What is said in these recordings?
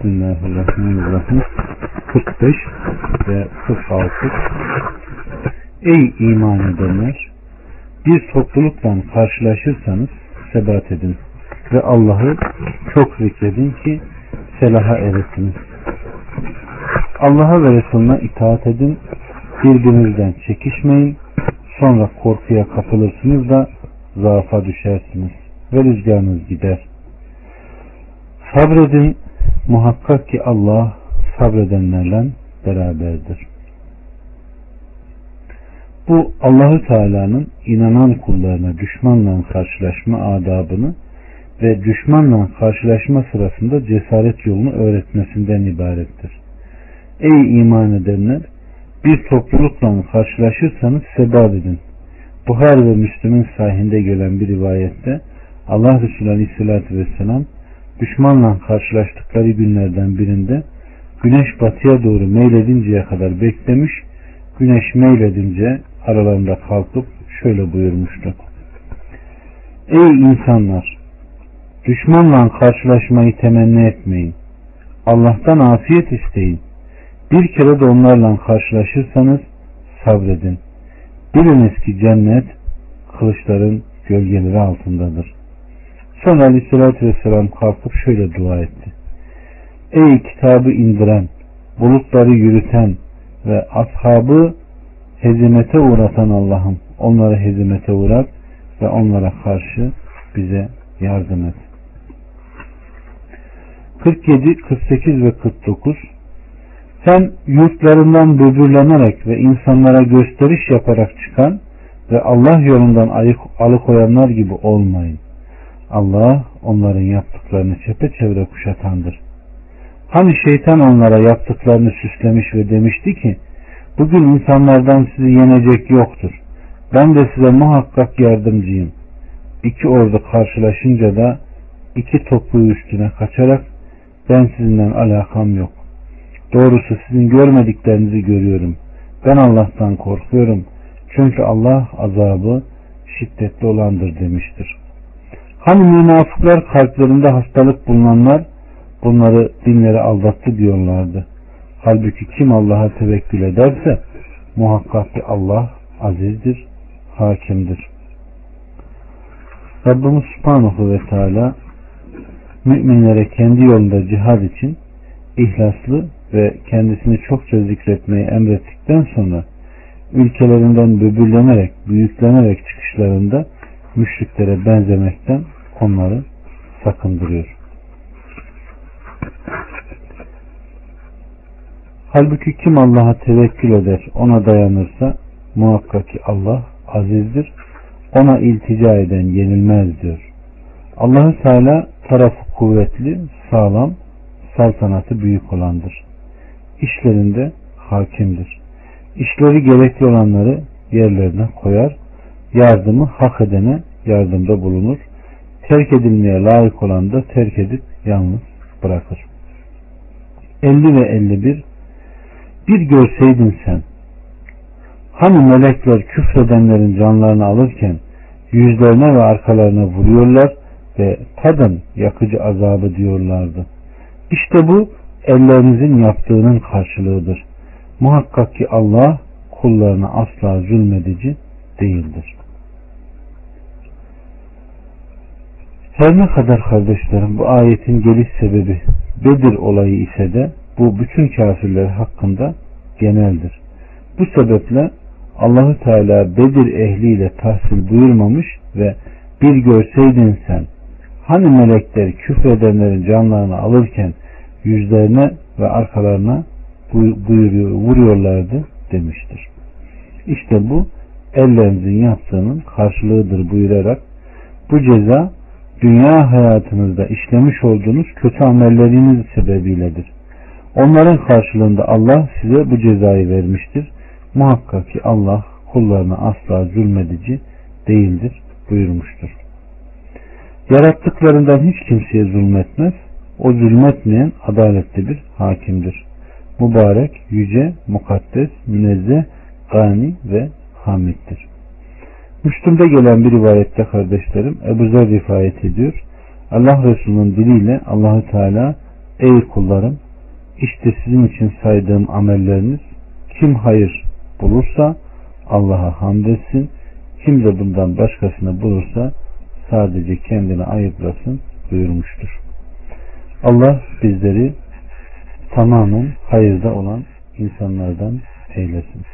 Bismillahirrahmanirrahim. 45 ve 46. Ey iman edenler! Bir toplulukla karşılaşırsanız sebat edin ve Allah'ı çok zikredin ki felaha eresiniz. Allah'a ve Resulüne itaat edin, birbirinizden çekişmeyin, sonra korkuya kapılırsınız da zaafa düşersiniz ve rüzgarınız gider. Sabredin, muhakkak ki Allah sabredenlerle beraberdir. Bu Allahu Teala'nın inanan kullarına düşmanla karşılaşma adabını ve düşmanla karşılaşma sırasında cesaret yolunu öğretmesinden ibarettir. Ey iman edenler! Bir toplulukla karşılaşırsanız sebat edin. Buhari ve Müslim'in sahihinde gelen bir rivayette Allah Resulü Aleyhisselatü Vesselam düşmanla karşılaştıkları günlerden birinde güneş batıya doğru meyledinceye kadar beklemiş, güneş meyledince aralarında kalkıp şöyle buyurmuştu: Ey insanlar! Düşmanla karşılaşmayı temenni etmeyin. Allah'tan afiyet isteyin. Bir kere de onlarla karşılaşırsanız sabredin. Biliniz ki cennet kılıçların gölgeleri altındadır. Sonra Aleyhisselatü Vesselam kalkıp şöyle dua etti: Ey kitabı indiren, bulutları yürüten ve ashabı hezimete uğratan Allah'ım, onları hezimete uğrat ve onlara karşı bize yardım et. 47, 48 ve 49. Sen yurtlarından böbürlenerek ve insanlara gösteriş yaparak çıkan ve Allah yolundan alıkoyanlar gibi olmayın. Allah onların yaptıklarını çepeçevre kuşatandır. Hani şeytan onlara yaptıklarını süslemiş ve demişti ki, bugün insanlardan sizi yenecek yoktur. Ben de size muhakkak yardımcıyım. İki ordu karşılaşınca da iki topuğu üstüne kaçarak ben sizinle alakam yok. Doğrusu sizin görmediklerinizi görüyorum. Ben Allah'tan korkuyorum. Çünkü Allah azabı şiddetli olandır demiştir. Hani münafıklar kalplerinde hastalık bulunanlar bunları dinleri aldattı diyorlardı. Halbuki kim Allah'a tevekkül ederse muhakkak ki Allah azizdir, hakimdir. Rabbimiz Subhanahu ve Teala müminlere kendi yolunda cihad için ihlaslı ve kendisini çokça zikretmeyi emrettikten sonra ülkelerinden böbürlenerek, büyüklenerek çıkışlarında müşriklere benzemekten onları sakındırıyor. Halbuki kim Allah'a tevekkül eder, ona dayanırsa muhakkak ki Allah azizdir, ona iltica eden yenilmez diyor. Allah-u Teala tarafı kuvvetli, sağlam, saltanatı büyük olandır. İşlerinde hakimdir. İşleri gerekli olanları yerlerine koyar, yardımı hak edene yardımda bulunur, terk edilmeye layık olan da terk edip yalnız bırakır. 50 ve 51. Bir görseydin sen, hani melekler küfredenlerin canlarını alırken yüzlerine ve arkalarına vuruyorlar ve tadın yakıcı azabı diyorlardı. İşte bu ellerinizin yaptığının karşılığıdır. Muhakkak ki Allah kullarına asla zulmedici değildir. Her ne kadar kardeşlerim bu ayetin geliş sebebi Bedir olayı ise de bu bütün kafirler hakkında geneldir. Bu sebeple Allah-u Teala Bedir ehliyle tahsil buyurmamış ve bir görseydin sen, hani melekler küfredenlerin canlarını alırken yüzlerine ve arkalarına vuruyorlardı demiştir. İşte bu ellerinizin yaptığının karşılığıdır buyurarak bu ceza dünya hayatınızda işlemiş olduğunuz kötü amelleriniz sebebiyledir. Onların karşılığında Allah size bu cezayı vermiştir. Muhakkak ki Allah kullarına asla zulmedici değildir buyurmuştur. Yarattıklarından hiç kimseye zulmetmez. O zulmetmeyen adaletli bir hakimdir. Mübarek, yüce, mukaddes, münezzeh, gani ve hamiddir. Müslüm'de gelen bir rivayette kardeşlerim Ebu Zer rivayet ediyor. Allah Resulü'nün diliyle Allahu Teala ey kullarım, işte sizin için saydığım amelleriniz, kim hayır bulursa Allah'a hamd etsin, kim de bundan başkasını bulursa sadece kendine ayıplasın buyurmuştur. Allah bizleri tamamen hayırda olan insanlardan eylesin.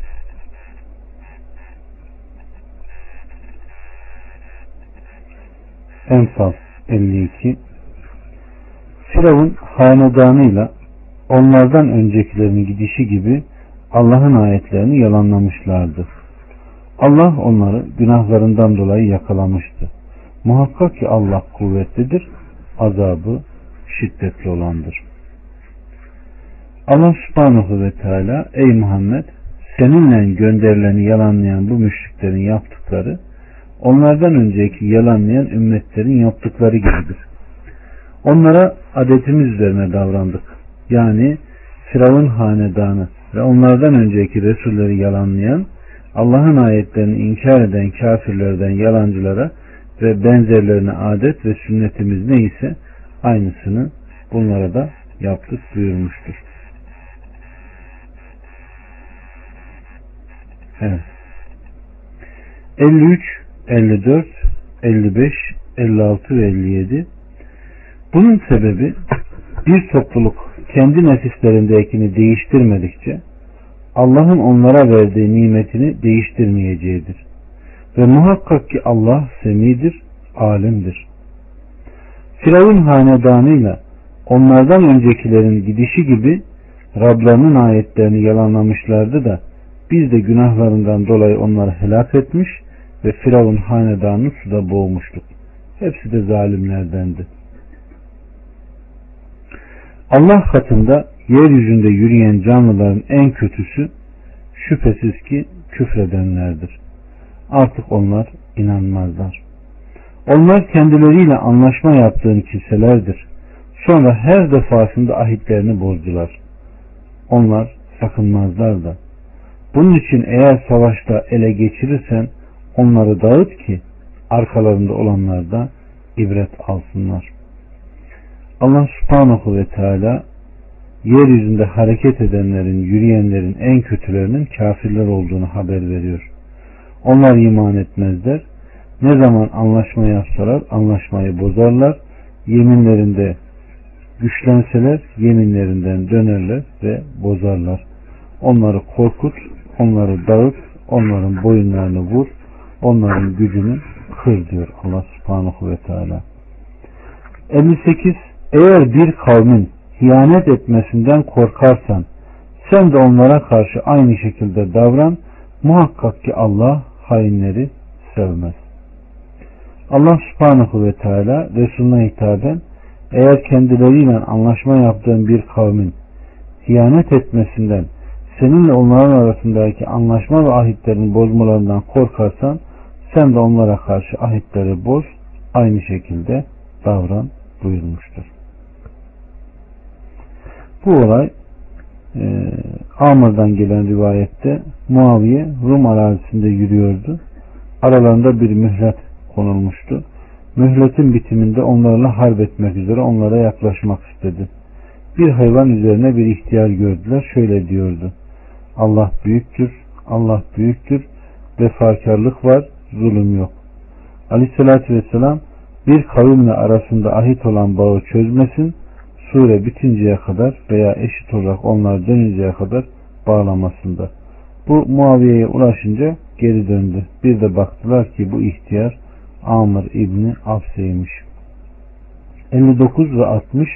Enfal 52. Firavun hanedanıyla onlardan öncekilerin gidişi gibi Allah'ın ayetlerini yalanlamışlardı. Allah onları günahlarından dolayı yakalamıştı. Muhakkak ki Allah kuvvetlidir, azabı şiddetli olandır. Allah subhanahu ve teala, ey Muhammed, seninle gönderileni yalanlayan bu müşriklerin yaptıkları onlardan önceki yalanlayan ümmetlerin yaptıkları gibidir. Onlara adetimiz üzerine davrandık. Yani Firavun hanedanı ve onlardan önceki Resulleri yalanlayan, Allah'ın ayetlerini inkar eden kafirlerden yalancılara ve benzerlerine adet ve sünnetimiz neyse aynısını bunlara da yaptık buyurmuştur. Evet. 53, 54, 55, 56 ve 57. Bunun sebebi bir topluluk kendi nefislerindekini değiştirmedikçe Allah'ın onlara verdiği nimetini değiştirmeyeceğidir. Ve muhakkak ki Allah semidir, alimdir. Firavun hanedanıyla onlardan öncekilerin gidişi gibi Rablarının ayetlerini yalanlamışlardı da biz de günahlarından dolayı onları helak etmiş ve Firavun hanedanını suda boğmuştuk. Hepsi de zalimlerdendi. Allah katında yeryüzünde yürüyen canlıların en kötüsü şüphesiz ki küfredenlerdir. Artık onlar inanmazlar. Onlar kendileriyle anlaşma yaptığın kimselerdir. Sonra her defasında ahitlerini bozdular. Onlar sakınmazlar da. Bunun için eğer savaşta ele geçirirsen onları dağıt ki arkalarında olanlar da ibret alsınlar. Allah subhanahu ve teala yeryüzünde hareket edenlerin, yürüyenlerin en kötülerinin kafirler olduğunu haber veriyor. Onlar iman etmezler. Ne zaman anlaşma yapsalar anlaşmayı bozarlar. Yeminlerinde güçlenseler yeminlerinden dönerler ve bozarlar. Onları korkut, onları dağıt, onların boyunlarını vur, onların gücünü kır diyor Allah subhanahu ve teala. 58. Eğer bir kavmin hiyanet etmesinden korkarsan sen de onlara karşı aynı şekilde davran. Muhakkak ki Allah hainleri sevmez. Allah subhanahu ve teala Resulüne hitaben eğer kendileriyle anlaşma yaptığın bir kavmin hiyanet etmesinden seninle onların arasındaki anlaşma ve ahitlerini bozmalarından korkarsan sen de onlara karşı ahitleri boz, aynı şekilde davran buyurmuştur. Bu olay Amr'dan gelen rivayette Muaviye Rum arazisinde yürüyordu. Aralarında bir mühlet konulmuştu. Mühletin bitiminde onlarla harp etmek üzere onlara yaklaşmak istedi. Bir hayvan üzerine bir ihtiyar gördüler. Şöyle diyordu: Allah büyüktür, Allah büyüktür, vefakarlık var, zulüm yok. Aleyhissalatü vesselam bir kavimle arasında ahit olan bağı çözmesin, sure bitinceye kadar veya eşit olarak onlar dönünceye kadar bağlamasında. Bu Muaviye'ye ulaşınca geri döndü. Bir de baktılar ki bu ihtiyar Amr İbni Afse'ymiş. 59 ve 60.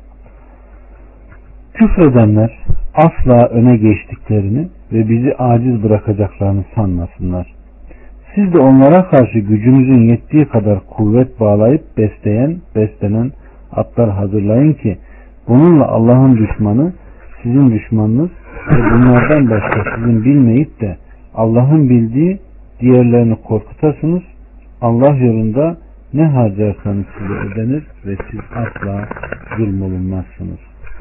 Küfredenler asla öne geçtiklerini ve bizi aciz bırakacaklarını sanmasınlar. Siz de onlara karşı gücünüzün yettiği kadar kuvvet bağlayıp beslenen atlar hazırlayın ki bununla Allah'ın düşmanı sizin düşmanınız ve bunlardan başka sizin bilmeyip de Allah'ın bildiği diğerlerini korkutasınız. Allah yolunda ne harcarsanız size ödenir ve siz asla zulmolunmazsınız.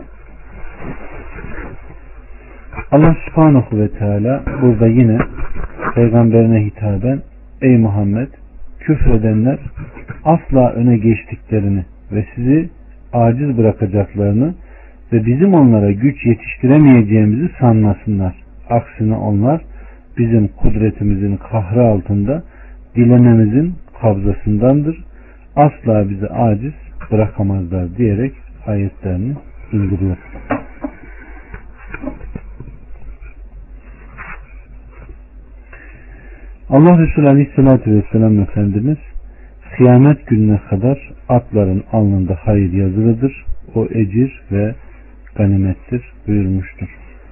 Allah subhanahu ve teala burada yine peygamberine hitaben ey Muhammed, küfredenler asla öne geçtiklerini ve sizi aciz bırakacaklarını ve bizim onlara güç yetiştiremeyeceğimizi sanmasınlar. Aksine onlar bizim kudretimizin kahrı altında dilememizin kabzasındandır. Asla bizi aciz bırakamazlar diyerek ayetlerini indiriyor. Allah Resulü Aleyhisselatü Vesselam Efendimiz kıyamet gününe kadar atların alnında hayır yazılıdır. O ecir ve ganimettir buyurmuştur.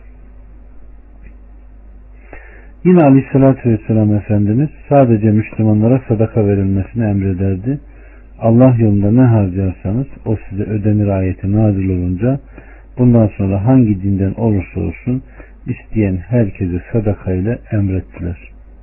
Yine Aleyhisselatü Vesselam Efendimiz sadece Müslümanlara sadaka verilmesini emrederdi. Allah yolunda ne harcarsanız o size ödenir ayeti nazil olunca bundan sonra hangi dinden olursa olsun isteyen herkese sadaka ile emrettiler.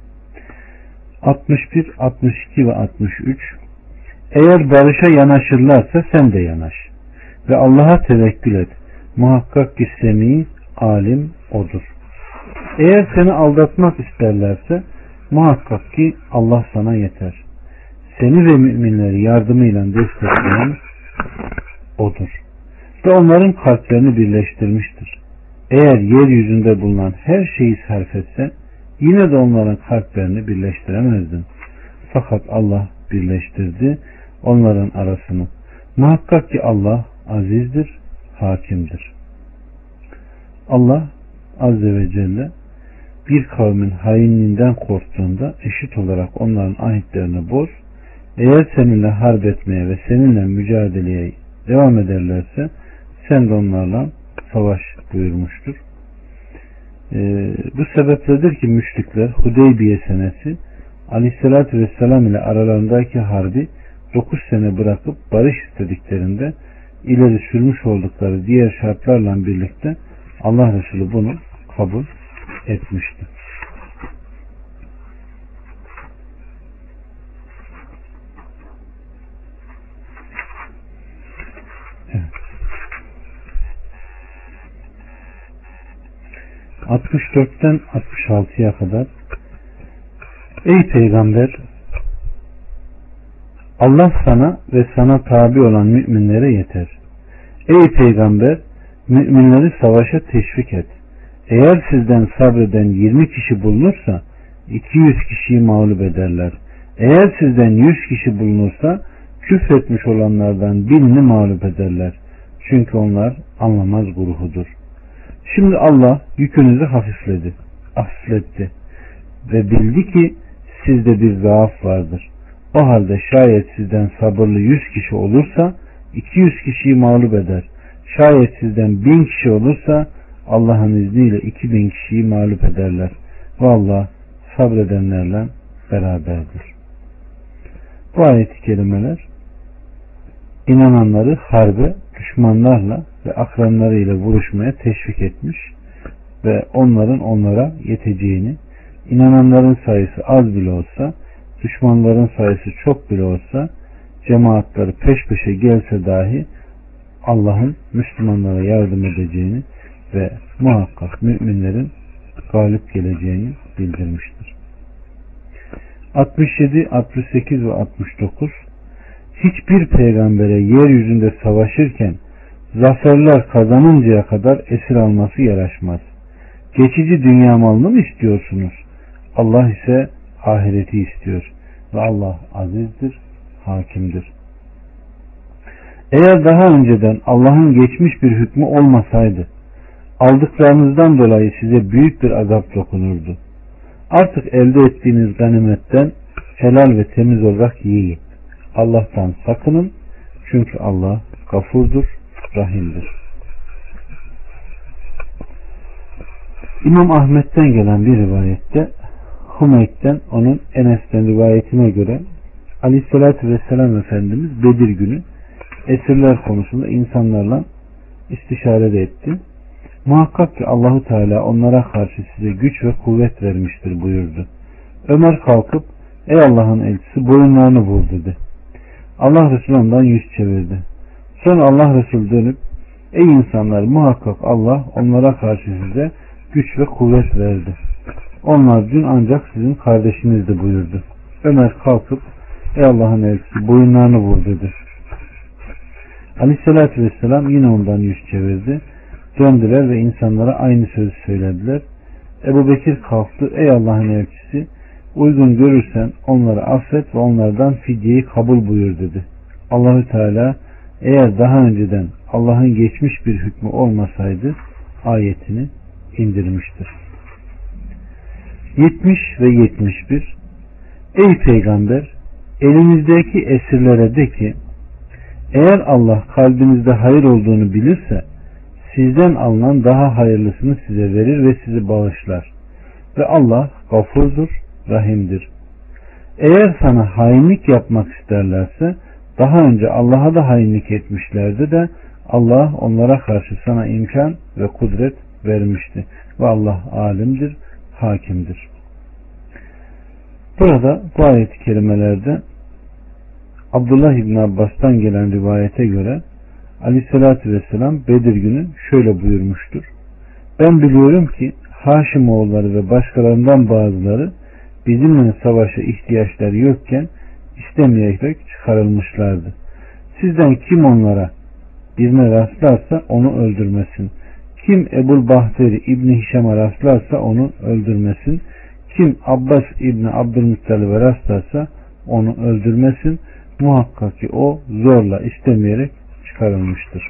61, 62 ve 63 Eğer barışa yanaşırlarsa sen de yanaş ve Allah'a tevekkül et. Muhakkak ki semi, alim odur. Eğer seni aldatmak isterlerse muhakkak ki Allah sana yeter. Seni ve müminleri yardımıyla destekleyen odur. Ve onların kalplerini birleştirmiştir. Eğer yeryüzünde bulunan her şeyi sarf etse yine de onların kalplerini birleştiremezdin. Fakat Allah birleştirdi onların arasını. Muhakkak ki Allah azizdir, hakimdir. Allah Azze ve Celle bir kavmin hainliğinden korktuğunda eşit olarak onların ahitlerini boz. Eğer seninle harp etmeye ve seninle mücadeleye devam ederlerse sen de onlarla savaş buyurmuştur. Bu sebepledir ki müşrikler Hudeybiye senesi Aleyhisselatü Vesselam ile aralarındaki harbi 9 sene bırakıp barış istediklerinde ileri sürmüş oldukları diğer şartlarla birlikte Allah Resulü bunu kabul etmişti. Evet. 64'ten 66'ya kadar Ey Peygamber, Allah sana ve sana tabi olan müminlere yeter. Ey Peygamber, müminleri savaşa teşvik et. Eğer sizden sabreden 20 kişi bulunursa 200 kişiyi mağlup ederler. Eğer sizden 100 kişi bulunursa küfretmiş olanlardan birini mağlup ederler. Çünkü onlar anlamaz güruhudur. Şimdi Allah yükünüzü hafifletti ve bildi ki sizde bir zaaf vardır. O halde şayet sizden sabırlı 100 kişi olursa 200 kişiyi mağlup eder. Şayet sizden 1000 kişi olursa Allah'ın izniyle 2000 kişiyi mağlup ederler. Ve Allah sabredenlerle beraberdir. Bu ayet-i kerimeler inananları harbe, düşmanlarla ve akranlarıyla vuruşmaya teşvik etmiş ve onların onlara yeteceğini, inananların sayısı az bile olsa, düşmanların sayısı çok bile olsa, cemaatleri peş peşe gelse dahi Allah'ın Müslümanlara yardım edeceğini ve muhakkak müminlerin galip geleceğini bildirmiştir. 67, 68 ve 69 Hiçbir peygambere yeryüzünde savaşırken zaferler kazanıncaya kadar esir alması yaraşmaz. Geçici dünya malını mı istiyorsunuz? Allah ise ahireti istiyor ve Allah azizdir, hakimdir. Eğer daha önceden Allah'ın geçmiş bir hükmü olmasaydı aldıklarınızdan dolayı size büyük bir azap dokunurdu. Artık elde ettiğiniz ganimetten helal ve temiz olarak yiyin. Allah'tan sakının çünkü Allah gafurdur, rahimdir. İmam Ahmet'ten gelen bir rivayette Hümeyd'den onun Enes'ten rivayetine göre Aleyhisselatü Vesselam Efendimiz Bedir günü esirler konusunda insanlarla istişare etti. Muhakkak ki Allahu Teala onlara karşı size güç ve kuvvet vermiştir buyurdu. Ömer kalkıp ey Allah'ın elçisi boyunlarını vur dedi. Allah Resulü ondan yüz çevirdi. Sonra Allah Resulü dönüp ey insanlar muhakkak Allah onlara karşı size güç ve kuvvet verdi. Onlar dün ancak sizin kardeşinizdi buyurdu. Ömer kalkıp ey Allah'ın elçisi boyunlarını vur dedi. Aleyhissalatü vesselam yine ondan yüz çevirdi. Döndüler ve insanlara aynı sözü söylediler. Ebu Bekir kalktı. Ey Allah'ın elçisi, uygun görürsen onları affet ve onlardan fidyeyi kabul buyur dedi. Allahü Teala eğer daha önceden Allah'ın geçmiş bir hükmü olmasaydı ayetini indirmiştir. 70 ve 71. Ey Peygamber, elinizdeki esirlere de ki, eğer Allah kalbinizde hayır olduğunu bilirse sizden alınan daha hayırlısını size verir ve sizi bağışlar. Ve Allah gafurdur, rahimdir. Eğer sana hainlik yapmak isterlerse daha önce Allah'a da hainlik etmişlerdi de Allah onlara karşı sana imkan ve kudret vermişti. Ve Allah alimdir, hakimdir. Burada bu ayet-i kerimelerde Abdullah İbni Abbas'tan gelen rivayete göre Aleyhisselatü Vesselam Bedir günü şöyle buyurmuştur. Ben biliyorum ki Haşimoğulları ve başkalarından bazıları bizimle savaşa ihtiyaçları yokken istemeyerek çıkarılmışlardı. Sizden kim onlara birine rastlarsa onu öldürmesin. Kim Ebul Bahteri İbni Hişam'a rastlarsa onu öldürmesin. Kim Abbas İbni Abdülmuttalib'e rastlarsa onu öldürmesin. Muhakkak ki o zorla istemeyerek çıkarılmıştır.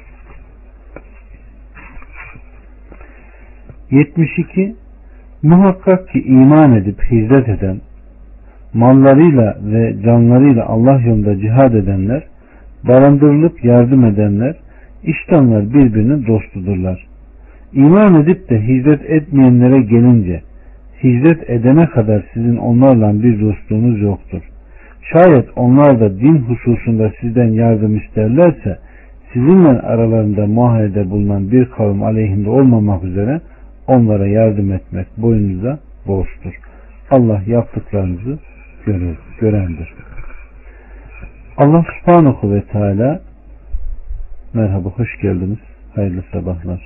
72. Muhakkak ki iman edip hicret eden, mallarıyla ve canlarıyla Allah yolunda cihad edenler, barındırılıp yardım edenler, işte onlar birbirinin dostudurlar. İman edip de hicret etmeyenlere gelince, hicret edene kadar sizin onlarla bir dostluğunuz yoktur. Şayet onlar da din hususunda sizden yardım isterlerse, sizinle aralarında muahede bulunan bir kavim aleyhinde olmamak üzere onlara yardım etmek boyunuza borçtur. Allah yaptıklarınızı görendir. Allah subhanahu ve teala, merhaba, hoş geldiniz. Hayırlı sabahlar.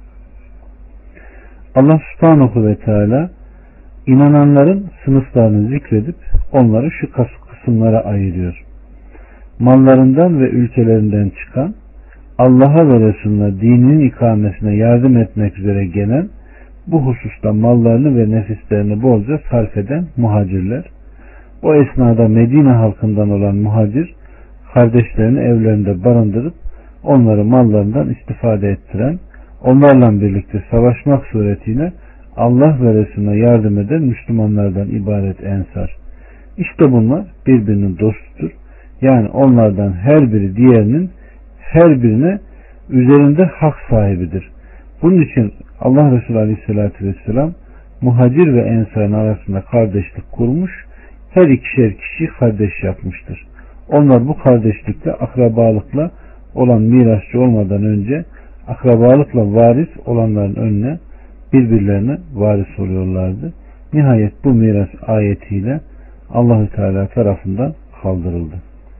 Allah subhanahu ve teala inananların sınıflarını zikredip onları şu kısımlara ayırıyor. Mallarından ve ülkelerinden çıkan, Allah'a ve Resulüne dininin ikamesine yardım etmek üzere gelen, bu hususta mallarını ve nefislerini bolca sarf eden muhacirler. O esnada Medine halkından olan muhacir, kardeşlerini evlerinde barındırıp onları mallarından istifade ettiren, onlarla birlikte savaşmak suretiyle Allah ve Resulüne yardım eden Müslümanlardan ibaret ensar. İşte bunlar birbirinin dostudur. Yani onlardan her biri diğerinin her birine üzerinde hak sahibidir. Bunun için Allah Resulü Aleyhisselatü Vesselam muhacir ve ensarın arasında kardeşlik kurmuş, her ikişer kişi kardeş yapmıştır. Onlar bu kardeşlikle akrabalıkla olan mirasçı olmadan önce akrabalıkla varis olanların önüne birbirlerine varis oluyorlardı. Nihayet bu miras ayetiyle Allahü Teala tarafından kaldırıldı.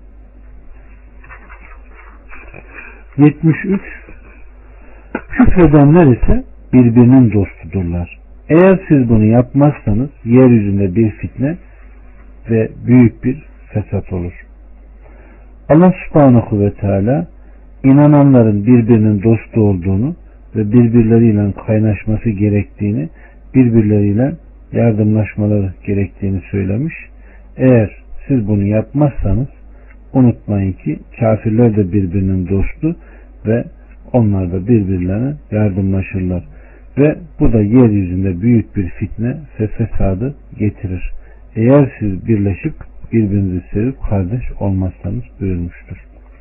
73. Küfredenler ise birbirinin dostudurlar. Eğer siz bunu yapmazsanız yeryüzünde bir fitne ve büyük bir fesat olur. Allah subhanahu ve teala inananların birbirinin dostu olduğunu ve birbirleriyle kaynaşması gerektiğini, birbirleriyle yardımlaşmaları gerektiğini söylemiş. Eğer siz bunu yapmazsanız unutmayın ki kafirler de birbirinin dostu ve onlar da birbirlerine yardımlaşırlar. Ve bu da yeryüzünde büyük bir fitne ve fesadı getirir. Eğer siz birleşip birbirinizi sevip kardeş olmazsanız buyurmuştur.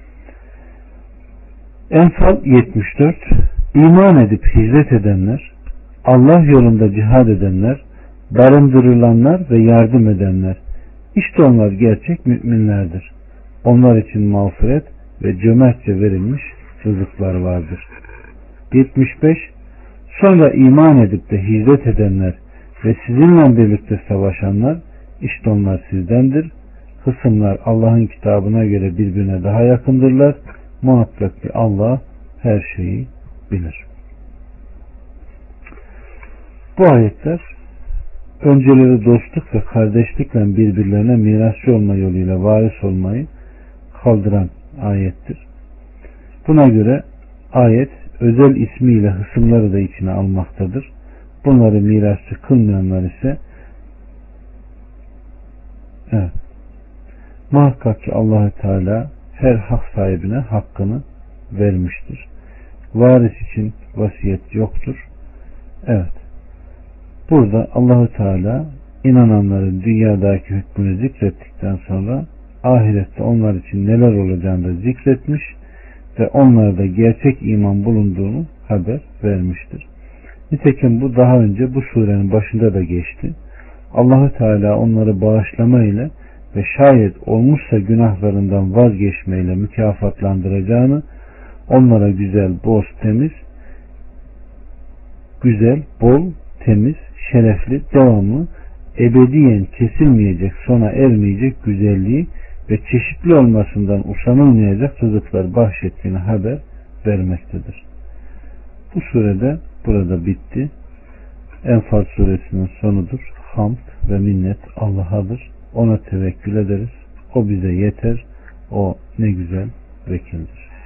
Enfal 74. İman edip hicret edenler, Allah yolunda cihad edenler, barındırılanlar ve yardım edenler, işte onlar gerçek müminlerdir. Onlar için mağfiret ve cömertçe verilmiş rızıklar vardır. 75. Sonra iman edip de hicret edenler ve sizinle birlikte savaşanlar, işte onlar sizdendir. Hısımlar Allah'ın kitabına göre birbirine daha yakındırlar. Muhakkak ki Allah her şeyi bilir. Bu ayetler önceleri dostluk ve kardeşlikle birbirlerine mirasçı olma yoluyla varis olmayı kaldıran ayettir. Buna göre ayet özel ismiyle hısımları da içine almaktadır. Bunları mirasçı kılmayanlar ise evet, muhakkak ki Allah-u Teala her hak sahibine hakkını vermiştir. Varis için vasiyet yoktur. Evet. Burada Allah-u Teala inananların dünyadaki hükmünü zikrettikten sonra ahirette onlar için neler olacağını da zikretmiş ve onlarda gerçek iman bulunduğunu haber vermiştir. Nitekim bu daha önce bu surenin başında da geçti. Allah-u Teala onları bağışlama ile ve şayet olmuşsa günahlarından vazgeçmeyle mükafatlandıracağını, onlara güzel, bol, temiz, şerefli, devamlı, ebediyen kesilmeyecek, sona ermeyecek güzelliği ve çeşitli olmasından usanılmayacak rızıklar bahşettiğini haber vermektedir. Bu surede burada bitti. Enfal suresinin sonudur. Hamd ve minnet Allah'adır. Ona tevekkül ederiz. O bize yeter. O ne güzel vekildir.